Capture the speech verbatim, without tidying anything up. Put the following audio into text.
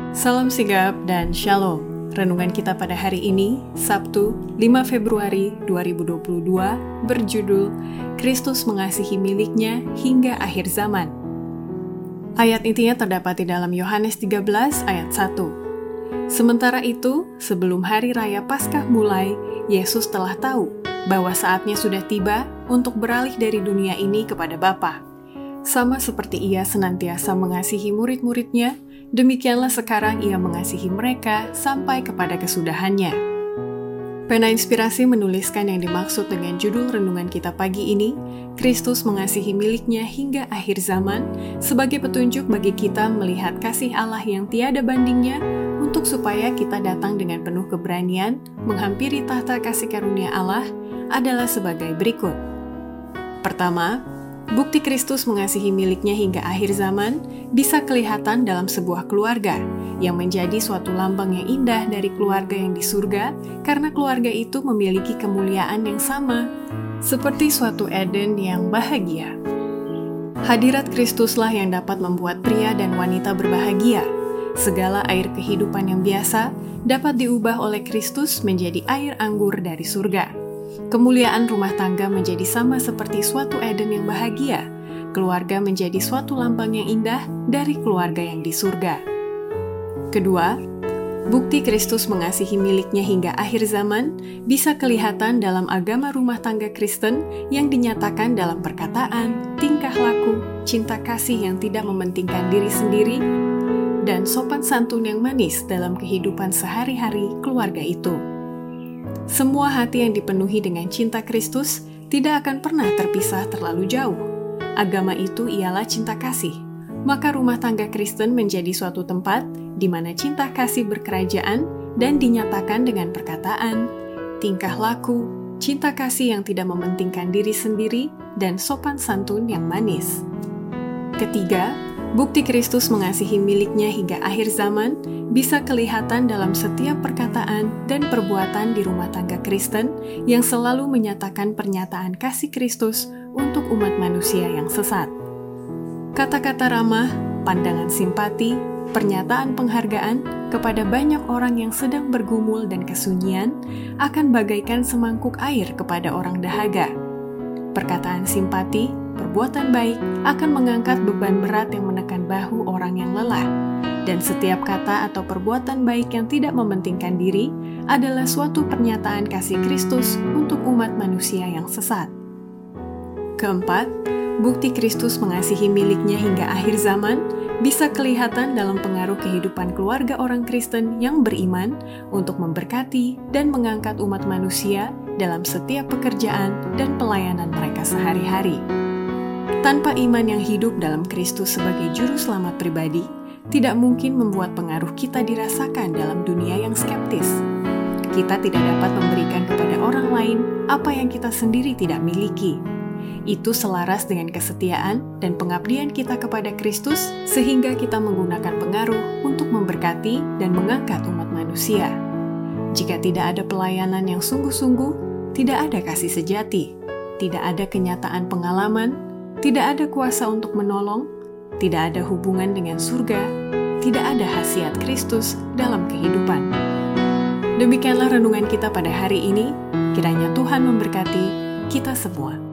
Salam sigap dan shalom. Renungan kita pada hari ini, Sabtu lima Februari dua ribu dua puluh dua, berjudul Kristus mengasihi miliknya hingga akhir zaman. Ayat intinya terdapat di dalam Yohanes tiga belas ayat satu. Sementara itu, sebelum hari raya Paskah mulai, Yesus telah tahu bahwa saatnya sudah tiba untuk beralih dari dunia ini kepada Bapa. Sama seperti Ia senantiasa mengasihi murid-muridnya, demikianlah sekarang Ia mengasihi mereka sampai kepada kesudahannya. Pena Inspirasi menuliskan yang dimaksud dengan judul renungan kita pagi ini, Kristus mengasihi miliknya hingga akhir zaman, sebagai petunjuk bagi kita melihat kasih Allah yang tiada bandingnya, untuk supaya kita datang dengan penuh keberanian menghampiri tahta kasih karunia Allah adalah sebagai berikut. Pertama, bukti Kristus mengasihi miliknya hingga akhir zaman bisa kelihatan dalam sebuah keluarga yang menjadi suatu lambang yang indah dari keluarga yang di surga, karena keluarga itu memiliki kemuliaan yang sama, seperti suatu Eden yang bahagia. Hadirat Kristuslah yang dapat membuat pria dan wanita berbahagia. Segala air kehidupan yang biasa dapat diubah oleh Kristus menjadi air anggur dari surga. Kemuliaan rumah tangga menjadi sama seperti suatu Eden yang bahagia. Keluarga menjadi suatu lambang yang indah dari keluarga yang di surga. Kedua, bukti Kristus mengasihi miliknya hingga akhir zaman bisa kelihatan dalam agama rumah tangga Kristen yang dinyatakan dalam perkataan, tingkah laku, cinta kasih yang tidak mementingkan diri sendiri, dan sopan santun yang manis dalam kehidupan sehari-hari keluarga itu. Semua hati yang dipenuhi dengan cinta Kristus tidak akan pernah terpisah terlalu jauh. Agama itu ialah cinta kasih. Maka rumah tangga Kristen menjadi suatu tempat di mana cinta kasih berkerajaan dan dinyatakan dengan perkataan, tingkah laku, cinta kasih yang tidak mementingkan diri sendiri, dan sopan santun yang manis. Ketiga, bukti Kristus mengasihi miliknya hingga akhir zaman bisa kelihatan dalam setiap perkataan dan perbuatan di rumah tangga Kristen yang selalu menyatakan pernyataan kasih Kristus untuk umat manusia yang sesat. Kata-kata ramah, pandangan simpati, pernyataan penghargaan kepada banyak orang yang sedang bergumul dan kesunyian akan bagaikan semangkuk air kepada orang dahaga. Perkataan simpati, perbuatan baik akan mengangkat beban berat yang menekan bahu orang yang lelah, dan setiap kata atau perbuatan baik yang tidak mementingkan diri adalah suatu pernyataan kasih Kristus untuk umat manusia yang sesat. Keempat, bukti Kristus mengasihi miliknya hingga akhir zaman bisa kelihatan dalam pengaruh kehidupan keluarga orang Kristen yang beriman untuk memberkati dan mengangkat umat manusia dalam setiap pekerjaan dan pelayanan mereka sehari-hari. Tanpa iman yang hidup dalam Kristus sebagai juru selamat pribadi, tidak mungkin membuat pengaruh kita dirasakan dalam dunia yang skeptis. Kita tidak dapat memberikan kepada orang lain apa yang kita sendiri tidak miliki. Itu selaras dengan kesetiaan dan pengabdian kita kepada Kristus, sehingga kita menggunakan pengaruh untuk memberkati dan mengangkat umat manusia. Jika tidak ada pelayanan yang sungguh-sungguh, tidak ada kasih sejati, tidak ada kenyataan pengalaman, tidak ada kuasa untuk menolong, tidak ada hubungan dengan surga, tidak ada khasiat Kristus dalam kehidupan. Demikianlah renungan kita pada hari ini. Kiranya Tuhan memberkati kita semua.